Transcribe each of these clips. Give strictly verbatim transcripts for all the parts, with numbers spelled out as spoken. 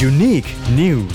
Unique News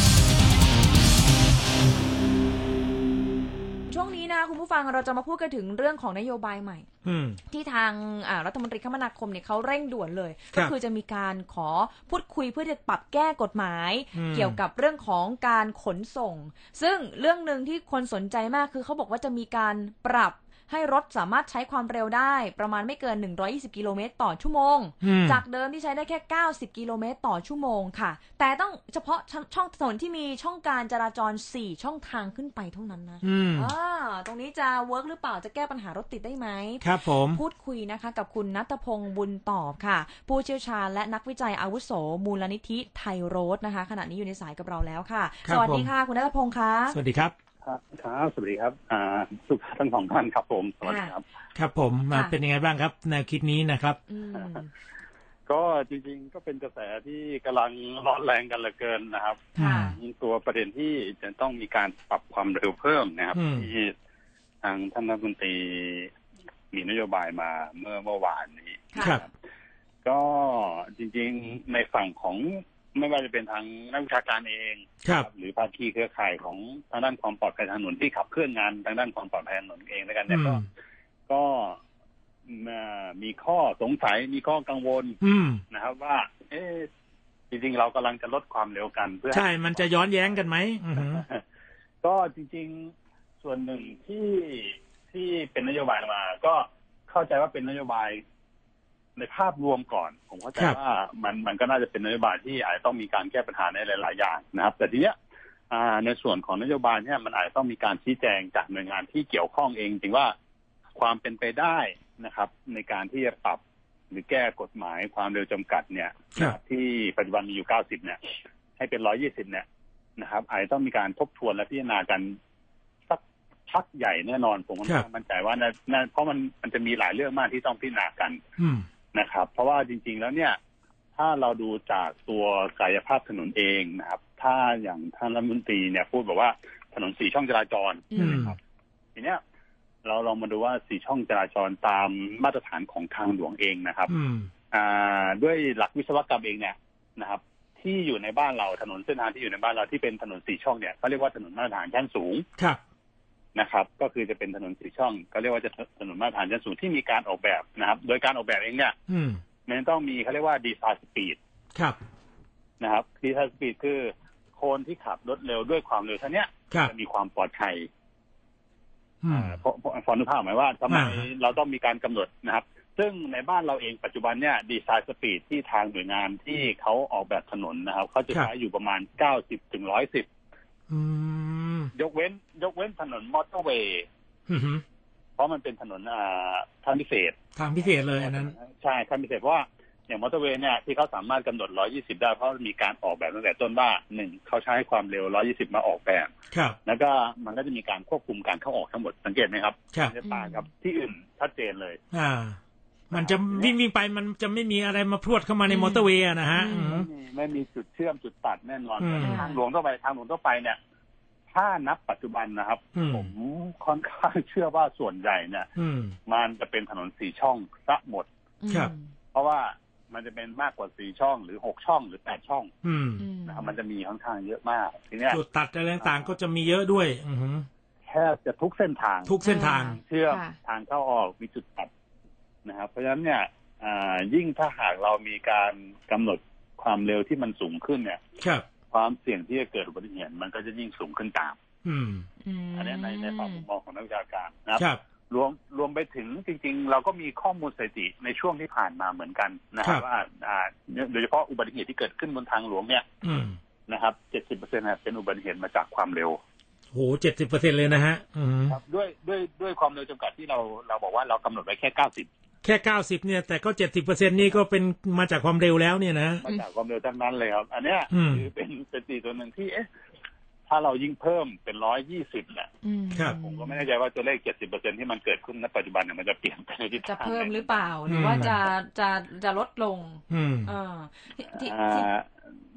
ช่วงนี้นะคุณผู้ฟังเราจะมาพูดกันถึงเรื่องของนโยบายใหม่ที่ทางรัฐมนตรีคมนาคมเนี่ยเขาเร่งด่วนเลยก็คือจะมีการขอพูดคุยเพื่อจะปรับแก้กฎหมายเกี่ยวกับเรื่องของการขนส่งซึ่งเรื่องนึงที่คนสนใจมากคือเขาบอกว่าจะมีการปรับให้รถสามารถใช้ความเร็วได้ประมาณไม่เกินหนึ่งร้อยยี่สิบกิโลเมตรต่อชั่วโมงจากเดิมที่ใช้ได้แค่เก้าสิบกิโลเมตรต่อชั่วโมงค่ะแต่ต้องเฉพาะช่องถนนที่มีช่องการจราจรสี่ช่องทางขึ้นไปเท่านั้นนะอ่าตรงนี้จะเวิร์กหรือเปล่าจะแก้ปัญหารถติดได้ไหมครับผมพูดคุยนะคะกับคุณณัฐพงศ์บุญตอบค่ะผู้เชี่ยวชาญและนักวิจัยอาวุโสมูลนิธิไทยโรดนะคะขณะนี้อยู่ในสายกับเราแล้วค่ะสวัสดีค่ะคุณณัฐพงศ์ค่ะสวัสดีครับครับครับสวัสดีครับอ่าทุกทั้งสองท่านครับผมสวัสดีครับครับผมมาเป็นยังไงบ้างครับแนวคิดนี้นะครับก็จริงๆก็เป็นกระแสที่กำลังร้อนแรงกันเหลือเกินนะครับยิ่งตัวประเด็นที่จะต้องมีการปรับความเร็วเพิ่มนะครับที่ทางท่านรัฐมนตรีมีนโยบายมาเมื่อเมื่อวานนี้ครับก็จริงๆในฝั่งของไม่ว่าจะเป็นทางนักวิชาการเองหรือภาคีเครือข่ายของทางด้านความปลอดภัยทางถนนที่ขับเคลื่อนงานทางด้านความปลอดภัยทางถนนเองด้วยกันเนี่ยก็ก็มีข้อสงสัยมีข้อกังวลนะครับว่าเอ๊ะจริงๆเรากำลังจะลดความเร็วกันเพื่อใช่มันจะย้อนแย้งกันไหมก็จริงๆส่วนหนึ่งที่ที่เป็นนโยบายมาก็เข้าใจว่าเป็นนโยบายในภาพรวมก่อนผมเข้าใจว่ามันมันก็น่าจะเป็นนโยบายที่อาจจะต้องมีการแก้ปัญหาในหลายๆอย่างนะครับแต่ทีเนี้ยในส่วนของนโยบายเนี่ยมันอาจจะต้องมีการชี้แจงจากหน่วยงานที่เกี่ยวข้องเองจริงว่าความเป็นไปได้นะครับในการที่จะปรับหรือแก้กฎหมายความเร็วจำกัดเนี่ยที่ปัจจุบันมีอยู่เก้าสิบเนี่ยให้เป็นหนึ่งร้อยยี่สิบเนี่ยนะครับอาจจะต้องมีการทบทวนและพิจารณากันสักพักใหญ่แน่นอนผมมั่นใจว่านั่นเพราะมันมันจะมีหลายเรื่องมากที่ต้องพิจารณากันนะครับเพราะว่าจริงๆแล้วเนี่ยถ้าเราดูจากตัวกายภาพถนนเองนะครับถ้าอย่างท่านรัฐมนตรีเนี่ยพูดบอกว่าถนนสี่ช่องจราจรใช่ไหมครับทีเนี้ยเราลองมาดูว่าสี่ช่องจราจรตามมาตรฐานของทางหลวงเองนะครับอ่าด้วยหลักวิศวกรรมเองเนี่ยนะครับที่อยู่ในบ้านเราถนนเส้นทางที่อยู่ในบ้านเราที่เป็นถนนสี่ช่องเนี่ยเขาเรียกว่าถนนมาตรฐานชั้นสูงครับนะครับก็คือจะเป็นถนนสี่ช่องก็เรียกว่าจะถนนมาตรฐานชั้นสูงที่มีการออกแบบนะครับโดยการออกแบบเองเนี่ยมันต้องมีเขาเรียกว่าดีไซน์สปีดครับนะครับดีไซน์สปีดคือคนที่ขับรถเร็วด้วยความเร็วเท่านี้จะมีความปลอดภัยเพราะพอนึกภาพหมายว่าทำไมเราต้องมีการกำหนดนะครับซึ่งในบ้านเราเองปัจจุบันเนี่ยดีไซน์สปีดที่ทางหน่วยงานที่เขาออกแบบถนนนะครับเขาจะใช้อยู่ประมาณเก้าสิบถึงหนึ่งร้อยสิบยกเว้นยกเว้นถนนมอเตอร์เวย์เพราะมันเป็นถนนอ่าทางพิเศษทางพิเศษเลยอันนั้นใช่ทางพิเศษเพราะว่าอย่างมอเตอร์เวย์เนี่ยที่เขาสามารถกำหนดหนึ่งร้อยยี่สิบได้เพราะมีการออกแบบตั้งแต่ต้นว่าหนึ่งเขาใช้ความเร็วหนึ่งร้อยยี่สิบมาออกแบบครับแล้วก็มันก็จะมีการควบคุมการเข้าออกทั้งหมดสังเกตไหมครับจะต่างกับที่อื่นชัดเจนเลยอ่ามันจะวิ่งวิ่งไปมันจะไม่มีอะไรมาพรวดเข้ามาในมอเตอร์เวย์นะฮะไม่มีจุดเชื่อมจุดตัดแน่นอนทางหลวงทั่วไปทางหลวงทั่วไปเนี่ยถ้านับปัจจุบันนะครับผมค่อนข้างเชื่อว่าส่วนใหญ่เนี่ยมันจะเป็นถนนสี่ช่องซะหมดเพราะว่ามันจะเป็นมากกว่าสี่ช่องหรือหกช่องหรือแปดช่องนะครับมันจะมีค่อนข้างเยอะมากทีเนี้ยจุดตัดอะไรต่างๆก็จะมีเยอะด้วยแทบจะทุกเส้นทางทุกเส้นทางเชื่อมทางเข้าออกมีจุดตัดนะครับเพราะฉะนั้นเนี่ยยิ่งถ้าหากเรามีการกำหนดความเร็วที่มันสูงขึ้นเนี่ยความเสี่ยงที่จะเกิดอุบัติเหตุมันก็จะยิ่งสูงขึ้นตามอันนี้ในในฝั่งมุมมองของนักวิชาการนะครับรวมรวมไปถึงจริงๆเราก็มีข้อมูลสถิติในช่วงที่ผ่านมาเหมือนกันนะครับว่าโดยเฉพาะอุบัติเหตุที่เกิดขึ้นบนทางหลวงเนี่ยนะครับเจ็ดสิบเปอร์เซ็นต์เป็นอุบัติเหตุมาจากความเร็วโหเจ็ดสิบเปอร์เซ็นต์เลยนะฮะครับด้วยด้วยด้วยความเร็วจำกัดที่เราเราบอกว่าเรากำหนดไว้แค่เก้าสิบแค่เก้าสิบเนี่ยแต่ก็เจ็ดสิบเปอร์เซ็นต์นี่ก็เป็นมาจากความเร็วแล้วเนี่ยนะมาจากความเร็วทั้งนั้นเลยครับอันเนี้ยคือเป็นเป็นตีตัวหนึ่งที่เอ๊ะถ้าเรายิ่งเพิ่มเป็นร้อยยี่สิบเนี่ยผมก็ไม่แน่ใจว่าตัวเลขเจ็ดสิบเปอร์เซ็นต์ที่มันเกิดขึ้นณปัจจุบันเนี่ยมันจะเปลี่ยนไปในทิศทางจะเพิ่มหรือเปล่าหรือว่าจะจะจะลดลงอ่า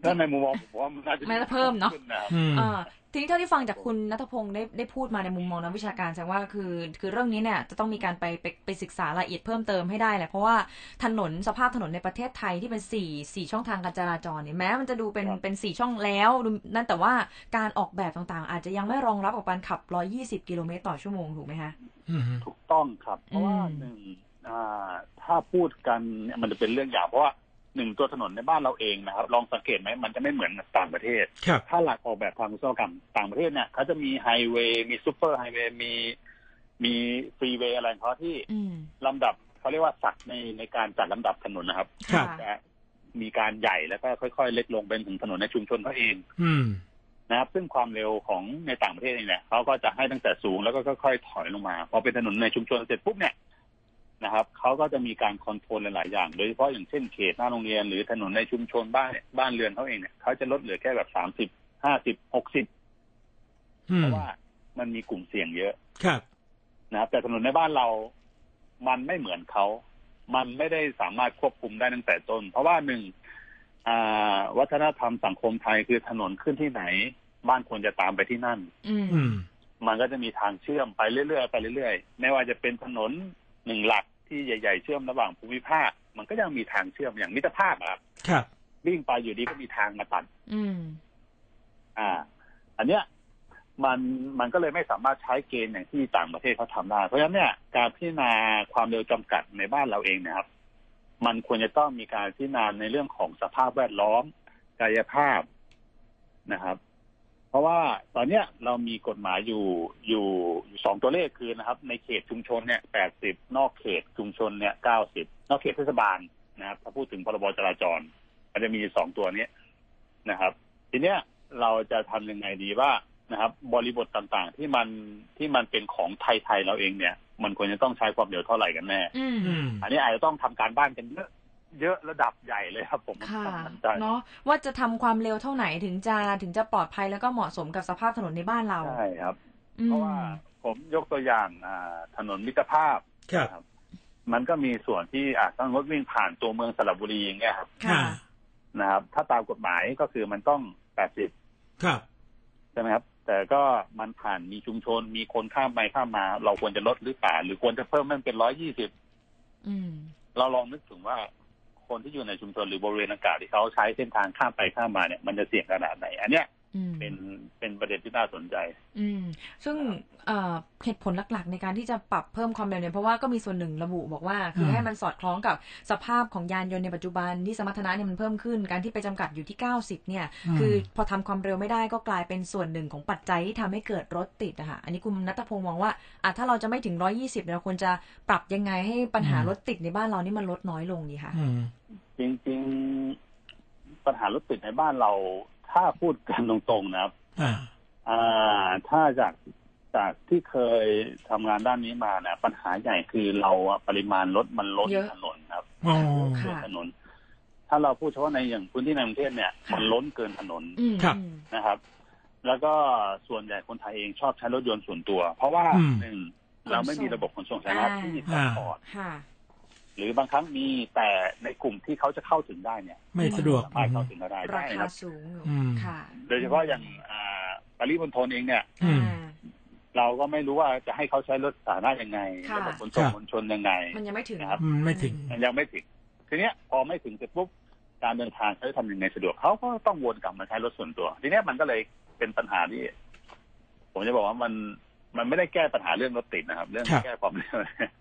ถ้าในมุมมองผมว่ามันน่าจะไม่เพิ่มเนาะอ่าทีนี้เท่าที่ฟังจากคุณณัฐพงศ์ได้ได้พูดมาในมุมมองนักวิชาการแสดงว่าคือคือเรื่องนี้เนี่ยจะต้องมีการไปไปไปศึกษารายละเอียดเพิ่มเติมให้ได้แหละเพราะว่าถนนสภาพถนนในประเทศไทยที่เป็นสี่สี่ช่องทางการจราจรเนี่ยแม้มันจะดูเป็นเป็นสี่ช่องแล้วนั่นแต่ว่าการออกแบบต่างๆอาจจะยังไม่รองรับกับการขับหนึ่งร้อยยี่สิบกิโลเมตรต่อชั่วโมงถูกไหมคะถูกต้องครับเพราะว่าหนึ่งถ้าพูดกันมันจะเป็นเรื่องยาวเพราะว่าหนึ่งตัวถนนในบ้านเราเองนะครับลองสังเกตไหมมันจะไม่เหมือนต่างประเทศถ้าหลักออกแบบทางวิศวกรรมต่างประเทศเนี่ยเขาจะมีไฮเวย์มีซูเปอร์ไฮเวย์มีมีฟรีเวย์อะไรเพราะที่ลำดับเขาเรียกว่าศักดิ์ในในการจัดลำดับถนนนะครับจะมีการใหญ่แล้วก็ค่อยๆเล็กลงเป็นถึงถนนในชุมชนเขาเองนะครับซึ่งความเร็วของในต่างประเทศนี่แหละเขาก็จะให้ตั้งแต่สูงแล้วก็ค่อยๆถอยลงมาพอเป็นถนนในชุมชนเสร็จปุ๊บเนี่ยนะครับเขาก็จะมีการคอนโทรลหลายๆอย่างโดยเฉพาะอย่างเช่นเขตหน้าโรงเรียนหรือถนนในชุมชนบ้านบ้านเรือนเขาเองเนี่ยเขาจะลดเหลือแค่แบบสามสิบห้าสิบหกสิบเพราะว่ามันมีกลุ่มเสี่ยงเยอะครับนะครับแต่ถนนในบ้านเรามันไม่เหมือนเขามันไม่ได้สามารถควบคุมได้ตั้งแต่ต้นเพราะว่าหนึ่งวัฒนธรรมสังคมไทยคือถนนขึ้นที่ไหนบ้านควรจะตามไปที่นั่นมันก็จะมีทางเชื่อมไปเรื่อยๆไปเรื่อยๆไม่ว่าจะเป็นถนนหนึ่งหลักที่ใหญ่ๆเชื่อมระหว่างภูมิภาคมันก็ยังมีทางเชื่อมอย่างมิตรภาพครับครับวิ่งไปอยู่ดีก็มีทางมาตัดอืมอ่าอันเนี้ยมันมันก็เลยไม่สามารถใช้เกณฑ์อย่างที่ต่างประเทศเขาทำได้เพราะฉะนั้นเนี่ยการพิจารณาความเร็วจำกัดในบ้านเราเองนะครับมันควรจะต้องมีการพิจารณาในเรื่องของสภาพแวดล้อมกายภาพนะครับเพราะว่าตอนเนี้ยเรามีกฎหมายอยู่อยู่อยู่สองตัวเลขคือนะครับในเขตชุมชนเนี่ยแปดสิบนอกเขตชุมชนเนี่ยเก้าสิบนอกเขตเทศบาลนะครับถ้าพูดถึงพรบจราจรมันจะมีสองตัวนี้นะครับทีเนี้ยเราจะทำยังไงดีว่านะครับบริบทต่างๆที่มันที่มันเป็นของไทยๆเราเองเนี่ยมันควรจะต้องใช้ความเร็วเท่าไหร่กันแน่อันนี้อาจจะต้องทำการบ้านกันเยอะเยอะระดับใหญ่เลยครับผมค่ะเนาะว่าจะทำความเร็วเท่าไหร่ถึงจะถึงจะปลอดภัยแล้วก็เหมาะสมกับสภาพถนนในบ้านเราใช่ครับเพราะว่าผมยกตัวอย่างถนนมิตรภาพครับมันก็มีส่วนที่อาจต้องรถวิ่งผ่านตัวเมืองสระบุรีอย่างเงี้ยครับนะครับถ้าตามกฎหมายก็คือมันต้องแปดสิบครับใช่ไหมครับแต่ก็มันผ่านมีชุมชนมีคนข้ามไปข้ามมาเราควรจะลดหรือเปล่าหรือควรจะเพิ่มมันเป็นร้อยยี่สิบเราลองนึกถึงว่าคนที่อยู่ในชุมชนหรือบริเวณอากาศที่เขาใช้เส้นทางข้ามไปข้ามมาเนี่ยมันจะเสี่ยงขนาดไหนอันเนี้ยเป็นเป็นประเด็นที่น่าสนใจอืมซึ่งเหตุผลหลักๆในการที่จะปรับเพิ่มความเร็วเนี่ยเพราะว่าก็มีส่วนหนึ่งระบุบอกว่าคือให้มันสอดคล้องกับสภาพของยานยนต์ในปัจจุบันที่สมรรถนะเนี่ยมันเพิ่มขึ้นการที่ไปจำกัดอยู่ที่เก้าสิบเนี่ยคือพอทำความเร็วไม่ได้ก็กลายเป็นส่วนหนึ่งของปัจจัยที่ทำให้เกิดรถติดอะค่ะอันนี้คุณณัฐพงศ์มองว่าอ่ะถ้าเราจะไม่ถึงร้อยยี่สิบเราควรจะปรับยังไงให้ปัญหารถติดในบ้านเรานี่มันลดน้อยลงดีค่ะจริงๆปัญหารถติดในบ้านเราถ้าพูดกันตรงๆนะครับอ่าถ้าจากจากที่เคยทำงานด้านนี้มาเนี่ยปัญหาใหญ่คือเราปริมาณรถมันล้นถนนครับถนนถ้าเราพูดเฉพาะในอย่างพื้นที่ในกรุงเทพเนี่ยมันล้นเกินถนนนะครับแล้วก็ส่วนใหญ่คนไทยเองชอบใช้รถยนต์ส่วนตัวเพราะว่าหนึ่งเราไม่มีระบบขนส่งสาธารณะที่ซัพพอร์ตหรือบางครั้งมีแต่ในกลุ่มที่เขาจะเข้าถึงได้เนี่ยไม่สะดวกไม่เข้าถึงได้ราคาสูงค่ะโดยเฉพาะอย่างปริมณฑลเองเนี่ยเราก็ไม่รู้ว่าจะให้เขาใช้รถสาธารณะยังไงระบบขนส่งมวลชนยังไงมันยังไม่ถึงครับไม่ถึงมันยังไม่ถึงทีเนี้ยพอไม่ถึงเสร็จปุ๊บการเดินทางเขาจะทำยังไงสะดวกเขาก็ต้องวนกลับมาใช้รถส่วนตัวทีเนี้ยมันก็เลยเป็นปัญหาที่ผมจะบอกว่ามันมันไม่ได้แก้ปัญหาเรื่องรถติดนะครับเรื่องแก้ความเร็ว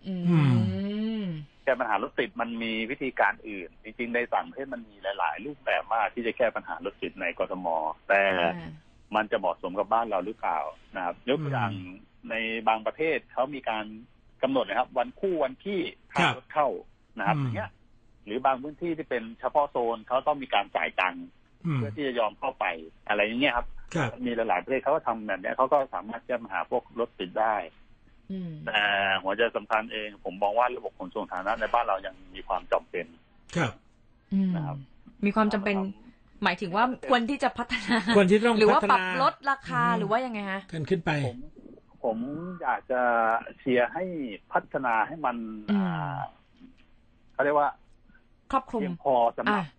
แก้ปัญหารถติดมันมีวิธีการอื่นจริงๆในต่างประเทศมันมีหลายๆรูปแบบมากที่จะแก้ปัญหารถติดในกทมแต่มันจะเหมาะสมกับบ้านเราหรือเปล่านะครับยกตัวอย่างในบางประเทศเขามีการกำหนดนะครับวันคู่วันที่ทางรถเข้านะครับอย่างเงี้ยหรือบางพื้นที่ที่เป็นเฉพาะโซนเขาต้องมีการจ่ายตังค์เพื่อที่จะยอมเข้าไปอะไรอย่างเงี้ยครับมีหลายๆประเทศเขาก็ทำแบบนี้เขาก็สามารถแก้ปัญหาพวกรถติดได้แต่หัวใจสำคัญเองผมมองว่าระบบขนส่งสาธารณะในบ้านเรายังมีความจำเป็นครับนะครับมีความจำเป็นหมายถึงว่าควรที่จะพัฒนาควรที่ต้องหรือว่าปรับลดราคาหรือว่ายังไงฮะกันขึ้นไปผมผมอยากจะเชียร์ให้พัฒนาให้มันเขาเรียกว่าครอบคลุมเพียงพอสำหรับ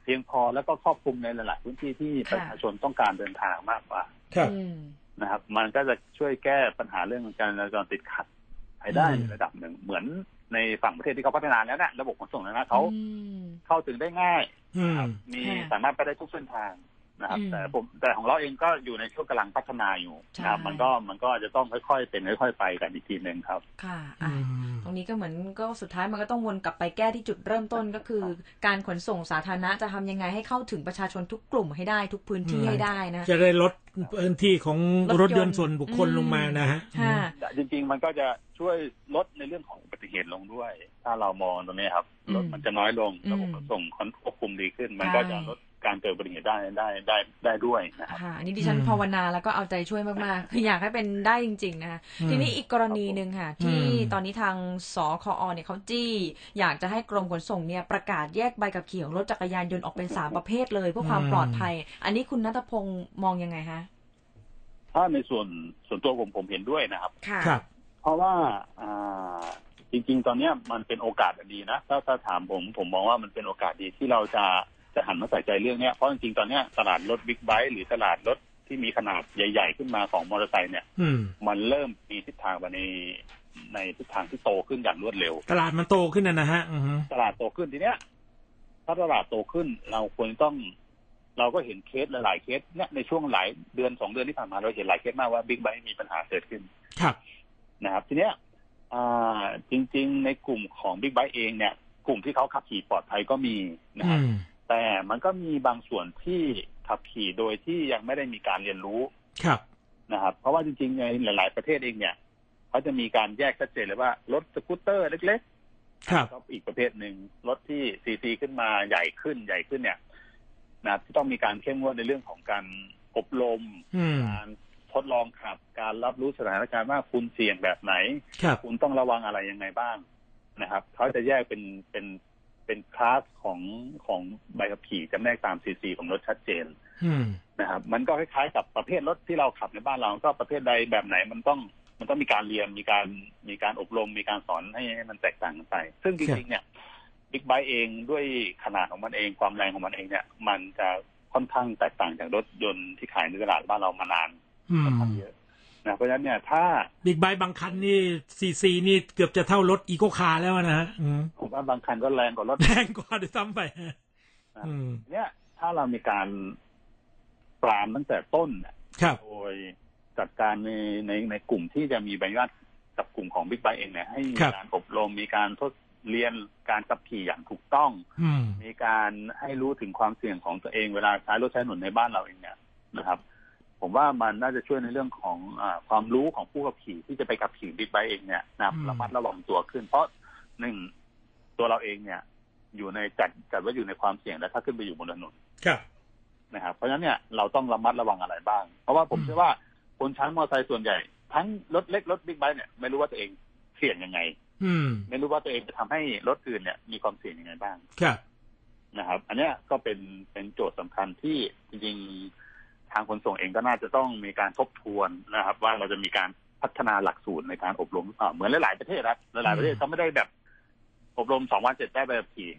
พียงพอแล้วก็ครอบคลุมในหลายๆพื้นที่ที่ประชาชนต้องการเดินทางมากกว่านะครับมันก็จะช่วยแก้ปัญหาเรื่องการจราจรติดขัดให้ได้ในระดับหนึ่งเหมือนในฝั่งประเทศที่เขาพัฒนาแล้วนะระบบขนส่งนะเขาเข้าถึงได้ง่ายมีสามารถไปได้ทุกเส้นทางนะครับแต่ผมแต่ของเราเองก็อยู่ในช่วงกำลังพัฒนาอยู่นะครับมันก็มันก็จะต้องค่อยๆเป็นค่อยๆไปกันอีกทีนึงครับค่ะตรงนี้ก็เหมือนก็สุดท้ายมันก็ต้องวนกลับไปแก้ที่จุดเริ่มต้นก็คือการขนส่งสาธารณะจะทำยังไงให้เข้าถึงประชาชนทุกกลุ่มให้ได้ทุกพื้นที่ให้ได้นะจะได้ลดพื้นที่ของรถยนต์ส่วนบุคคลลงมานะฮะจริงๆมันก็จะช่วยลดในเรื่องของอุบัติเหตุลงด้วยถ้าเรามองตรงนี้ครับรถมันจะน้อยลงระบบขนส่งควบคุมดีขึ้นมันก็จะลดการเกิดอุบัติเหตุได้ได้ได้ได้ด้วยนะครับค่ะอันนี้ดิฉันภาวนาแล้วก็เอาใจช่วยมากๆคืออยากให้เป็นได้จริงๆนะคะทีนี้อีกกรณีนึงค่ะที่ตอนนี้ทางสคอเนี่ยเขาจี้อยากจะให้กรมขนส่งเนี่ยประกาศแยกใบขับขี่ของรถจักรยานยนต์ออกเป็นสามประเภทเลยเพื่อความปลอดภัยอันนี้คุณณัฐพงศ์มองยังไงคะถ้าในส่วนส่วนตัวผมผมเห็นด้วยนะครับครับเพราะว่าอ่าจริงๆตอนนี้มันเป็นโอกาสดีนะถ้าถ้าถามผมผมมองว่ามันเป็นโอกาสดีที่เราจะจะหันมาใส่ใจเรื่องนี้เพราะจริงๆตอนนี้ตลาดรถบิ๊กไบค์หรือตลาดรถที่มีขนาดใหญ่ๆขึ้นมาของมอเตอร์ไซค์เนี่ยมันเริ่มมีทิศทางไปในในทิศทางที่โตขึ้นอย่างรวดเร็วตลาดมันโตขึ้นนะฮะตลาดโตขึ้นทีเนี้ยถ้าตลาดโตขึ้นเราควรต้องเราก็เห็นเคสหลายๆเคสเนี่ยในช่วงหลายเดือนสองเดือนที่ผ่านมาเราเห็นหลายเคสมากว่าบิ๊กไบค์มีปัญหาเกิดขึ้นครับนะครับทีเนี้ยจริงๆในกลุ่มของบิ๊กไบค์เองเนี่ยกลุ่มที่เขาขับขี่ปลอดภัยก็มีนะครับแต่มันก็มีบางส่วนที่ขับขี่โดยที่ยังไม่ได้มีการเรียนรู้ครับนะครับเพราะว่าจริงๆในหลายๆประเทศเองเนี่ยเขาจะมีการแยกชัดเจนเลยว่ารถสกูตเตอร์เล็กๆครับก็อีกประเภทหนึ่งรถที่ซีซีขึ้นมาใหญ่ขึ้นใหญ่ขึ้นเนี่ยนะที่ต้องมีการเข้มงวดในเรื่องของการอบรมการทดลองขับการรับรู้สถานการณ์ว่าคุณเสี่ยงแบบไหนคุณต้องระวังอะไรยังไงบ้างนะครับเขาจะแยกเป็นเป็นเป็นคลาสของของใบขับขี่จำแนกตามซีซีของรถชัดเจนนะครับมันก็คล้ายๆกับประเภทรถที่เราขับในบ้านเราก็ประเภทใดแบบไหนมันต้องมันต้องมีการเรียนมีการมีการอบรมมีการสอนให้ให้มันแตกต่างกันไปซึ่งจริงๆเนี่ยบิ๊กไบค์เองด้วยขนาดของมันเองความแรงของมันเองเนี่ยมันจะค่อนข้างแตกต่างจากรถยนต์ที่ขายในตลาดบ้านเรามานานค่อนข้างเยอะนะเพราะฉะนั้นเนี่ยถ้าบิ๊กไบค์บางคันนี่ซีซีนี่เกือบจะเท่ารถอีโคคาร์แล้วนะฮะผมว่าบางคันก็แรงกว่ารถแรงกว่าด้วยซ้ำไปเนี่ยถ้าเรามีการปรามตั้งแต่ต้นโดยจัดการในในในกลุ่มที่จะมีใบอนุญาตกับกลุ่มของบิ๊กไบค์เองเนี่ยให้มีการอบรมมีการทดเรียนการขับขี่อย่างถูกต้องมีการให้รู้ถึงความเสี่ยงของตัวเองเวลาใช้รถใช้ถนนในบ้านเราเองเนี่ยนะครับผมว่ามันน่าจะช่วยในเรื่องของอ่าความรู้ของผู้ขับขี่ที่จะไปขับขี่บิ๊กไบค์เองเนี่ยนะระมัดระวังตัวขึ้นเพราะหนึ่งตัวเราเองเนี่ยอยู่ในจัดจัดว่าอยู่ในความเสี่ยงและถ้าขึ้นไปอยู่บนถนนนะครับเพราะฉะนั้นเนี่ยเราต้องระมัดระวังอะไรบ้างเพราะว่าผมเชื่อว่าคนใช้มอเตอร์ไซค์ส่วนใหญ่ทั้งรถเล็กรถบิ๊กไบค์เนี่ยไม่รู้ว่าตัวเองเสี่ยงยังไงไม่รู้ว่าตัวเองจะทำให้รถอื่นเนี่ยมีความเสี่ยงยังไงบ้างนะครับอันนี้ก็เป็นเป็นโจทย์สำคัญที่จริงๆทางขนส่งเองก็น่าจะต้องมีการทบทวนนะครับว่าเราจะมีการพัฒนาหลักสูตรในการอบรมเหมือนหลายๆประเทศนะหลายๆประเทศเขาไม่ได้แบบอบรมสองวันเสร็จได้ใบขับขี่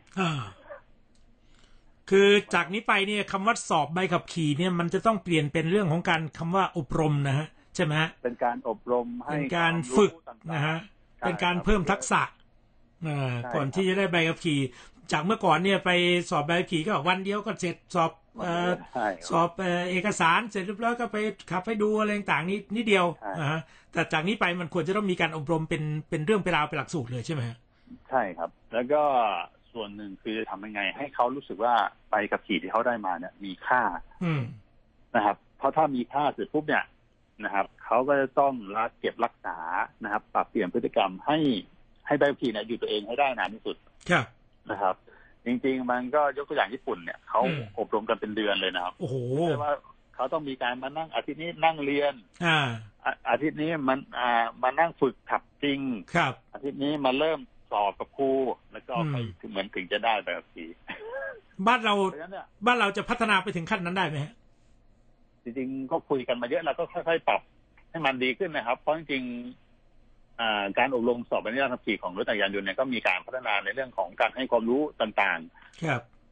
คือจากนี้ไปเนี่ยคำว่าสอบใบขับขี่เนี่ยมันจะต้องเปลี่ยนเป็นเรื่องของการคำว่าอบรมนะฮะใช่ไหมฮะเป็นการอบรมให้เป็นการฝึกนะฮะเป็นการเพิ่มทักษะก่อนที่จะได้ใบขับขี่จากเมื่อก่อนเนี่ยไปสอบใบขับขี่ก็วันเดียวก็เสร็จสอบสอบเอกสารเสร็จเรียบร้อยก็ไปขับไปดูอะไรต่างๆนี้นิดเดียวนะฮะแต่จากนี้ไปมันควรจะต้องมีการอบรมเป็นเป็นเรื่องเป็นราวเป็นหลักสูตรเลยใช่ไหมฮะใช่ครับแล้วก็ส่วนหนึ่งคือจะทำยังไงให้เขารู้สึกว่าใบขับขี่ที่เขาได้มาเนี่ยมีค่านะครับเพราะถ้ามีค่าเสร็จปุ๊บเนี่ยนะครับเขาก็จะต้องรักเก็บรักษานะครับปรับเปลี่ยนพฤติกรรมให้ให้ใบขับขี่เนี่ยอยู่ตัวเองให้ได้นานที่สุดนะครับจริงๆมันก็ยกตัวอย่างญี่ปุ่นเนี่ยเขาอบรมกันเป็นเดือนเลยนะครับโอ้โหว่าเขาต้องมีการมานั่งอาทิตย์นี้นั่งเรียนอ่าอาทิตย์นี้มันอ่ามานั่งฝึกขับจริงครับอาทิตย์นี้มาเริ่มสอบกับครูแล้วก็ไปถึงเหมือนถึงจะได้ใบขับขี่บ้านเราบ้านเราจะพัฒนาไปถึงขั้นนั้นได้ไหมฮะจริงๆก็คุยกันมาเยอะแล้วก็ค่อยๆปรับให้มันดีขึ้นนะครับเพราะจริงๆการอบรมสอบใบอนุญาตขับขี่ของรถจักรยานยนต์เนี่ยก็มีการพัฒนาในเรื่องของการให้ความรู้ต่างๆ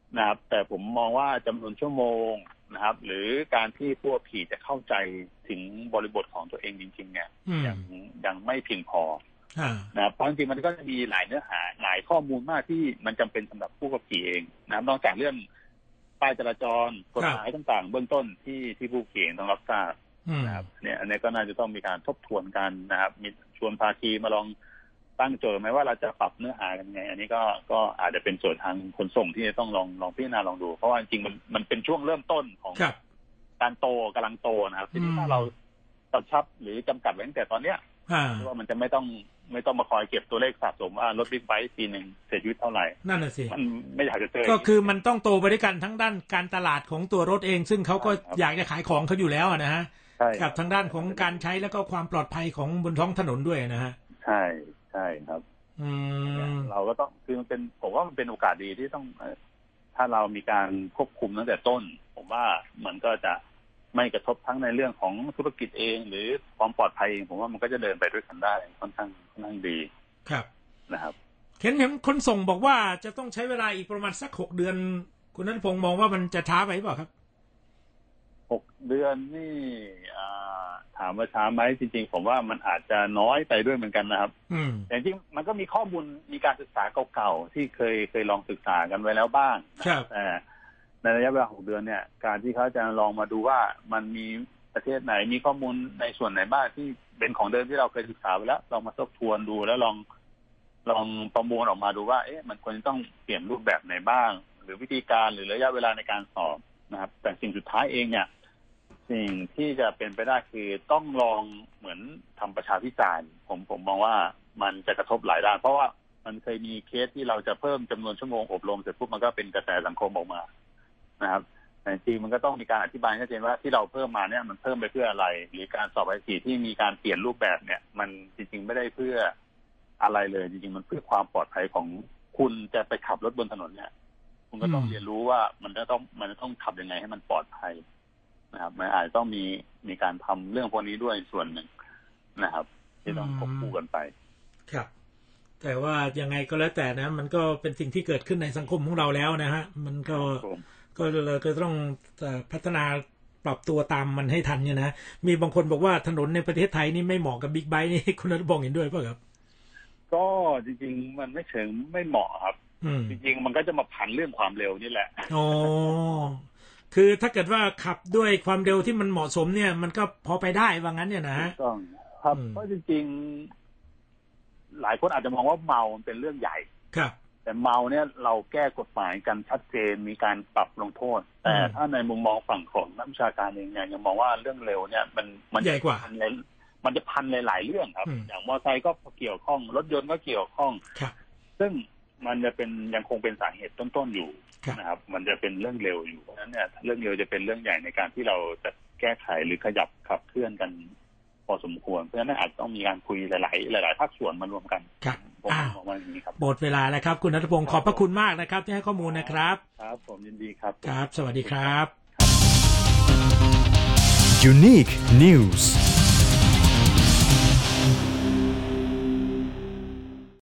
นะครับแต่ผมมองว่าจำนวนชั่วโมงนะครับหรือการที่ผู้ขับขี่จะเข้าใจถึงบริบทของตัวเองจริงๆเนี่ยยังยังไม่เพียงพอนะครับเพราะจริงๆมันก็จะมีหลายเนื้อหาหลายข้อมูลมากที่มันจำเป็นสำหรับผู้ขับขี่เองนะครับนอกจากเรื่องป้ายจราจรกฎหมายต่างๆเบื้องต้นที่ที่ผู้ขับขี่ต้องรับทราบนะครับเนี่ยอันนี้ก็น่าจะต้องมีการทบทวนกันนะครับมีชวนภาคีมาลองตั้งโจทย์ไหมว่าเราจะปรับเนื้อหากันไงอันนี้ก็ก็อาจจะเป็นส่วนทางขนส่งที่จะต้องลองลองพิจารณาลองดูเพราะว่าจริงๆมันมันเป็นช่วงเริ่มต้นของการโตกำลังโตนะครับทีนี้ถ้าเราตัดชับหรือจำกัดไว้ตั้งแต่ตอนเนี้ยว่ามันจะไม่ต้องไม่ต้องมาคอยเก็บตัวเลขสะสมว่ารถบิ๊กไบค์ปีหนึ่งเสียชีวิตเท่าไหร่นั่นน่ะสิมันไม่อยากจะเจอก็คือมันต้องโตไปด้วยกันทั้งด้านการตลาดของตัวรถเองซึ่งเขาก็อยากจะขายของเขาอยู่แล้วนะฮะกับทางด้านของการใช้แล้วก็ความปลอดภัยของบนท้องถนนด้วยนะฮะใช่ใช่ครับเราก็ต้องคือมันเป็นผมว่ามันเป็นโอกาสดีที่ต้องถ้าเรามีการควบคุมตั้งแต่ต้นผมว่ามันก็จะไม่กระทบทั้งในเรื่องของธุรกิจเองหรือความปลอดภัยเองผมว่ามันก็จะเดินไปด้วยกันได้ค่อนข้างค่อนข้างดีครับนะครับเห็นเห็นคนส่งบอกว่าจะต้องใช้เวลาอีกประมาณสักหกเดือนคุณณัฐพงษ์มองว่ามันจะช้าไปหรือเปล่าครับหกเดือนนี่ถามว่าช้าไหมจริงๆผมว่ามันอาจจะน้อยไปด้วยเหมือนกันนะครับแต่จริงมันก็มีข้อมูลมีการศึกษาเก่าๆที่เคยเคยลองศึกษากันไว้แล้วบ้างแต่ในระยะเวลาหกเดือนเนี่ยการที่เขาจะลองมาดูว่ามันมีประเทศไหนมีข้อมูลในส่วนไหนบ้างที่เป็นของเดิมที่เราเคยศึกษาไปแล้วลองมาทบทวนดูแล้วลองลองประมวลออกมาดูว่าเอ๊ะมันควรจะต้องเปลี่ยนรูปแบบไหนบ้างหรือวิธีการหรือระยะเวลาในการสอบนะครับแต่สิ่งสุดท้ายเองเนี่ยสิ่งที่จะเป็นไปได้คือต้องลองเหมือนทำประชาพิจารณ์ผมผมมองว่ามันจะกระทบหลายด้านเพราะว่ามันเคยมีเคสที่เราจะเพิ่มจำนวนชั่วโมงอบรมเสร็จปุ๊บมันก็เป็นกระแสสังคมออกมานะครับแต่จริงมันก็ต้องมีการอธิบายชัดเจนว่าที่เราเพิ่มมาเนี่ยมันเพิ่มไปเพื่ออะไรหรือการสอบใบขับขี่ที่มีการเปลี่ยนรูปแบบเนี่ยมันจริงๆไม่ได้เพื่ออะไรเลยจริงๆมันเพื่อความปลอดภัยของคุณจะไปขับรถบนถนนเนี่ยคุณก็ต้องเรียนรู้ว่ามันจะต้องมันจะต้องขับยังไงให้มันปลอดภัยนะครับมันอาจจะต้องมีมีการทำเรื่องพวกนี้ด้วยส่วนหนึ่งนะครับที่ต้องควบคู่กันไปครับแต่ว่ายังไงก็แล้วแต่นะมันก็เป็นสิ่งที่เกิดขึ้นในสังคมของเราแล้วนะฮะมันก็ก็เลยก็ต้องพัฒนาปรับตัวตามมันให้ทันเนี่ยนะมีบางคนบอกว่าถนนในประเทศไทยนี่ไม่เหมาะกับบิ๊กไบค์นี่คุณณัฐพงษ์เห็นด้วยป่ะครับก็จริงๆมันไม่เชิงไม่เหมาะครับจริงๆมันก็จะมาพันเรื่องความเร็วนี่แหละอ๋อคือถ้าเกิดว่าขับด้วยความเร็วที่มันเหมาะสมเนี่ยมันก็พอไปได้ว่างั้นเนี่ยนะต้องครับเพราะจริงๆหลายคนอาจจะมองว่าเมาเป็นเรื่องใหญ่ครับแต่เมาเนี่ยเราแก้กฎหมายกันชัดเจนมีการปรับลงโทษแต่ถ้าในมุมมองฝั่งของนักวิชาการเองเนี่ยยังมองว่าเรื่องเร็วเนี่ยมันมันใหญ่กว่ามันจะพันหลายๆเรื่องครับอย่างมอเตอร์ไซค์ก็เกี่ยวข้องรถยนต์ก็เกี่ยวข้องซึ่งมันจะเป็นยังคงเป็นสาเหตุต้นๆอยู่นะครับมันจะเป็นเรื่องเร็วอยู่เพราะฉะนั้นเนี่ยเรื่องเร็วจะเป็นเรื่องใหญ่ในการที่เราจะแก้ไขหรือขยับขับเคลื่อนกันพอสมควรเพราะฉะนั้นอาจต้องมีการคุยหลายๆหลายๆภาคส่วนมารวมกันครับผมมองว่าอย่างนี้ครับหมดเวลาแล้วครับคุณณัฐพงศ์ขอบพระคุณมากนะครับที่ให้ข้อมูลนะครับครับผมยินดีครับครับสวัสดีครับ Unique News